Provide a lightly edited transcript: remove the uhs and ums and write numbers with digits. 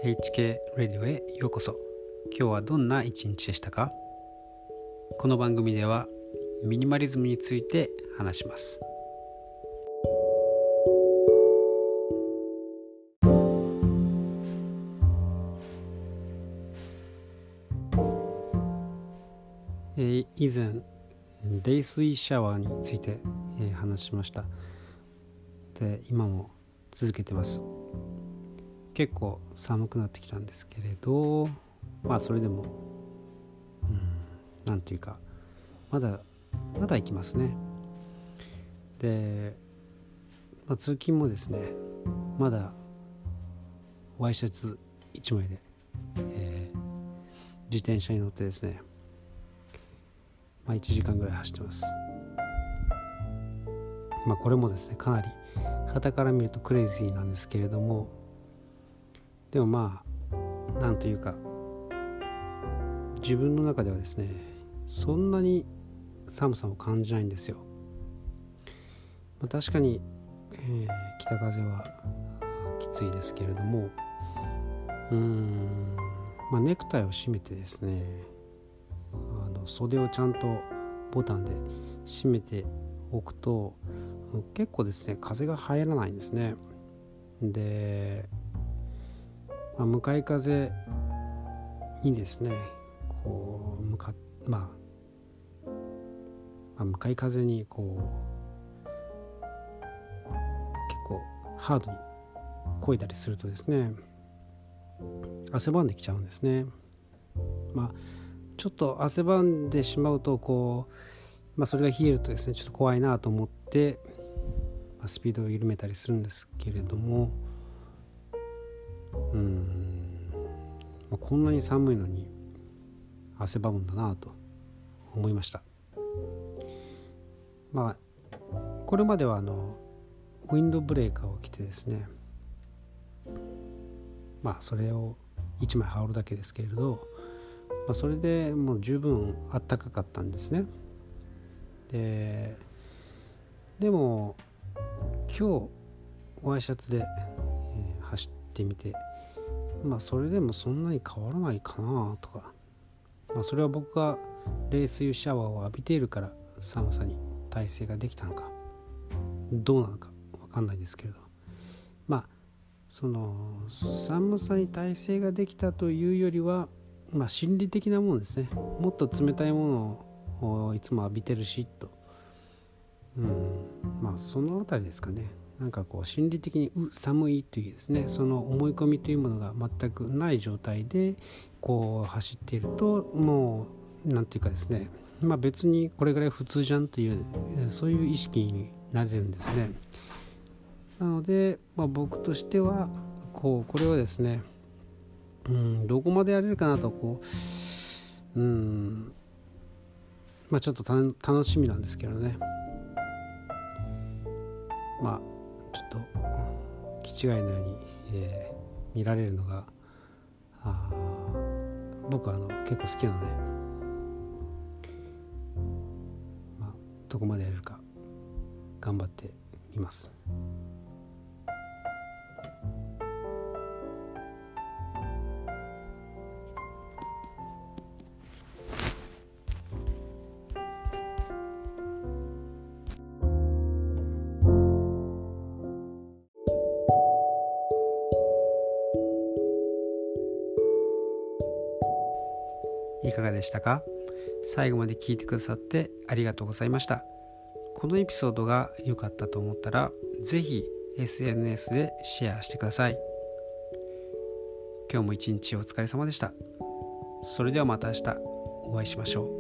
HK ラジオへようこそ。今日はどんな一日でしたか？この番組ではミニマリズムについて話します。以前冷水シャワーについて、話しました。で、今も続けてます。結構寒くなってきたんですけれど、それでもなんていうかまだ行きますね。で、通勤もですね、まだワイシャツ1枚で、自転車に乗ってですね、1時間ぐらい走ってます。これもですね、かなり傍から見るとクレイジーなんですけれども、でもなんというか自分の中ではですね、そんなに寒さを感じないんですよ。確かに、北風はきついですけれども、ネクタイを締めてですね、袖をちゃんとボタンで締めておくと結構ですね、風が入らないんですね。で、向かい風にですね、向かい風に結構ハードに漕いだりするとですね、汗ばんできちゃうんですね。ちょっと汗ばんでしまうとそれが冷えるとですね、ちょっと怖いなと思って、スピードを緩めたりするんですけれども、こんなに寒いのに汗ばむんだなと思いました。これまではウィンドブレーカーを着てですね、それを1枚羽織るだけですけれど、それでもう十分あったかかったんですね。でも今日ワイシャツで、走ってみて、それでもそんなに変わらないかなとか、それは僕が冷水シャワーを浴びているから寒さに耐性ができたのかどうなのか分かんないですけれど、その寒さに耐性ができたというよりは、心理的なものですね。もっと冷たいものをいつも浴びてるしと、そのあたりですかね。心理的に寒いというですね、その思い込みというものが全くない状態で走っていると、もうなんていうかですね、別にこれぐらい普通じゃんという、そういう意識になれるんですね。なので、僕としてはこれはですね、どこまでやれるかなとちょっと楽しみなんですけどね。ちょっと気違いのように、見られるのが僕は結構好きなので、どこまでやれるか頑張ってみます。いかがでしたか？最後まで聞いてくださってありがとうございました。このエピソードが良かったと思ったら、ぜひ SNS でシェアしてください。今日も一日お疲れ様でした。それではまた明日お会いしましょう。